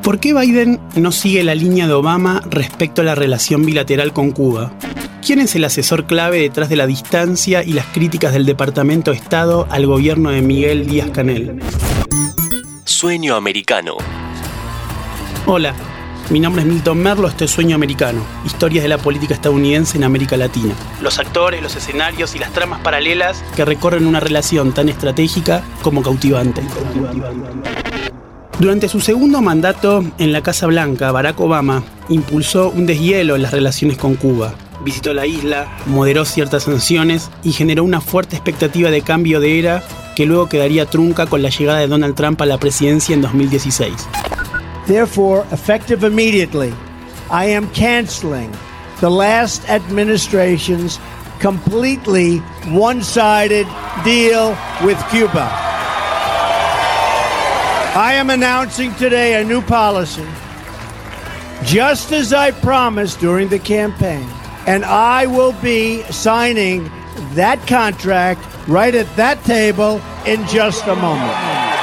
¿Por qué Biden no sigue la línea de Obama respecto a la relación bilateral con Cuba? ¿Quién es el asesor clave detrás de la distancia y las críticas del Departamento de Estado al gobierno de Miguel Díaz-Canel? Sueño americano. Hola, mi nombre es Milton Merlo, esto es Sueño Americano, historias de la política estadounidense en América Latina. Los actores, los escenarios y las tramas paralelas que recorren una relación tan estratégica como cautivante. Durante su segundo mandato en la Casa Blanca, Barack Obama impulsó un deshielo en las relaciones con Cuba. Visitó la isla, moderó ciertas sanciones y generó una fuerte expectativa de cambio de era que luego quedaría trunca con la llegada de Donald Trump a la presidencia en 2016. Therefore, effective immediately, I am canceling the last administration's completely one-sided deal with Cuba. I am announcing today a new policy, just as I promised during the campaign, and I will be signing that contract right at that table in just a moment.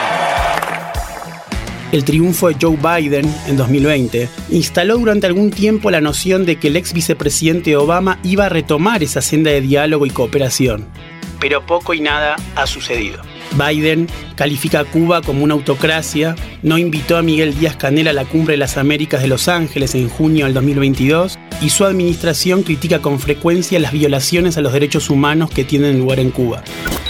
El triunfo de Joe Biden en 2020 instaló durante algún tiempo la noción de que el ex vicepresidente Obama iba a retomar esa senda de diálogo y cooperación. Pero poco y nada ha sucedido. Biden califica a Cuba como una autocracia, no invitó a Miguel Díaz-Canel a la Cumbre de las Américas de Los Ángeles en junio del 2022 y su administración critica con frecuencia las violaciones a los derechos humanos que tienen lugar en Cuba.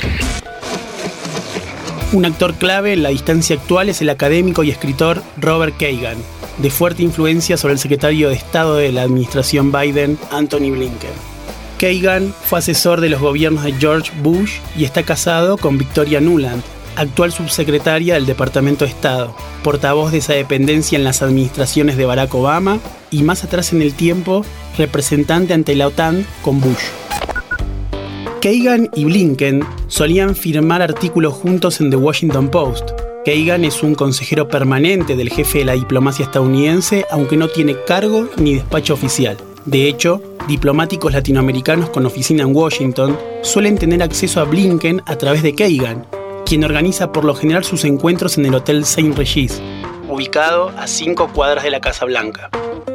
Un actor clave en la distancia actual es el académico y escritor Robert Kagan, de fuerte influencia sobre el secretario de Estado de la administración Biden, Antony Blinken. Kagan fue asesor de los gobiernos de George Bush y está casado con Victoria Nuland, actual subsecretaria del Departamento de Estado, portavoz de esa dependencia en las administraciones de Barack Obama y más atrás en el tiempo, representante ante la OTAN con Bush. Kagan y Blinken solían firmar artículos juntos en The Washington Post. Kagan es un consejero permanente del jefe de la diplomacia estadounidense, aunque no tiene cargo ni despacho oficial. De hecho, diplomáticos latinoamericanos con oficina en Washington suelen tener acceso a Blinken a través de Kagan, quien organiza por lo general sus encuentros en el Hotel St. Regis, ubicado a 5 cuadras de la Casa Blanca.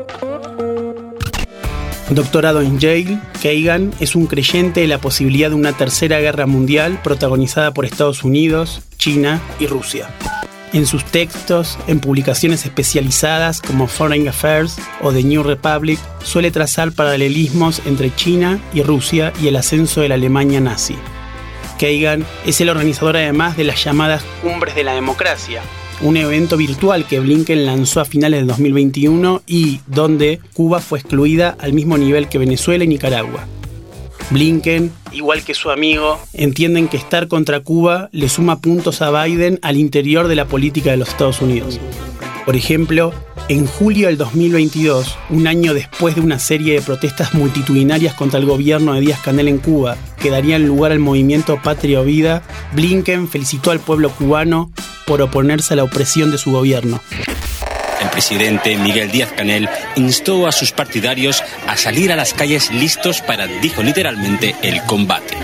Doctorado en Yale, Kagan es un creyente de la posibilidad de una tercera guerra mundial protagonizada por Estados Unidos, China y Rusia. En sus textos, en publicaciones especializadas como Foreign Affairs o The New Republic, suele trazar paralelismos entre China y Rusia y el ascenso de la Alemania nazi. Kagan es el organizador además de las llamadas Cumbres de la Democracia, un evento virtual que Blinken lanzó a finales de 2021 y donde Cuba fue excluida al mismo nivel que Venezuela y Nicaragua. Blinken, igual que su amigo, entienden que estar contra Cuba le suma puntos a Biden al interior de la política de los Estados Unidos. Por ejemplo, en julio del 2022, un año después de una serie de protestas multitudinarias contra el gobierno de Díaz-Canel en Cuba, que darían lugar al movimiento Patria o Vida, Blinken felicitó al pueblo cubano por oponerse a la opresión de su gobierno. El presidente Miguel Díaz-Canel instó a sus partidarios a salir a las calles listos para, dijo literalmente, el combate.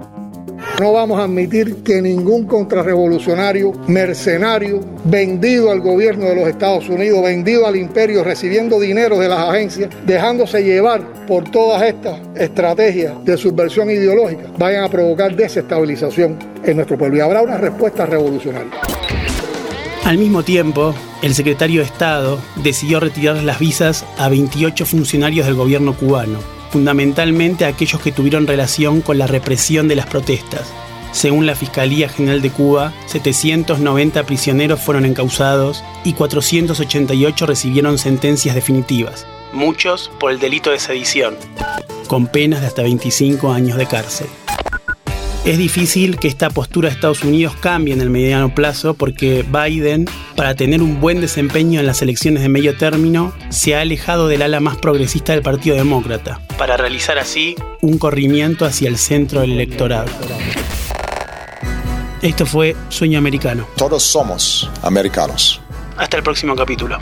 No vamos a admitir que ningún contrarrevolucionario, mercenario, vendido al gobierno de los Estados Unidos, vendido al imperio, recibiendo dinero de las agencias, dejándose llevar por todas estas estrategias de subversión ideológica, vayan a provocar desestabilización en nuestro pueblo. Y habrá una respuesta revolucionaria. Al mismo tiempo, el secretario de Estado decidió retirar las visas a 28 funcionarios del gobierno cubano, fundamentalmente a aquellos que tuvieron relación con la represión de las protestas. Según la Fiscalía General de Cuba, 790 prisioneros fueron encausados y 488 recibieron sentencias definitivas, muchos por el delito de sedición, con penas de hasta 25 años de cárcel. Es difícil que esta postura de Estados Unidos cambie en el mediano plazo porque Biden, para tener un buen desempeño en las elecciones de medio término, se ha alejado del ala más progresista del Partido Demócrata, para realizar así un corrimiento hacia el centro del electorado. Esto fue Sueño Americano. Todos somos americanos. Hasta el próximo capítulo.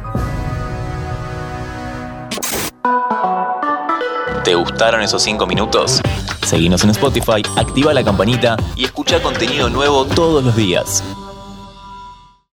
¿Te gustaron esos 5 minutos? Seguinos en Spotify, activa la campanita y escucha contenido nuevo todos los días.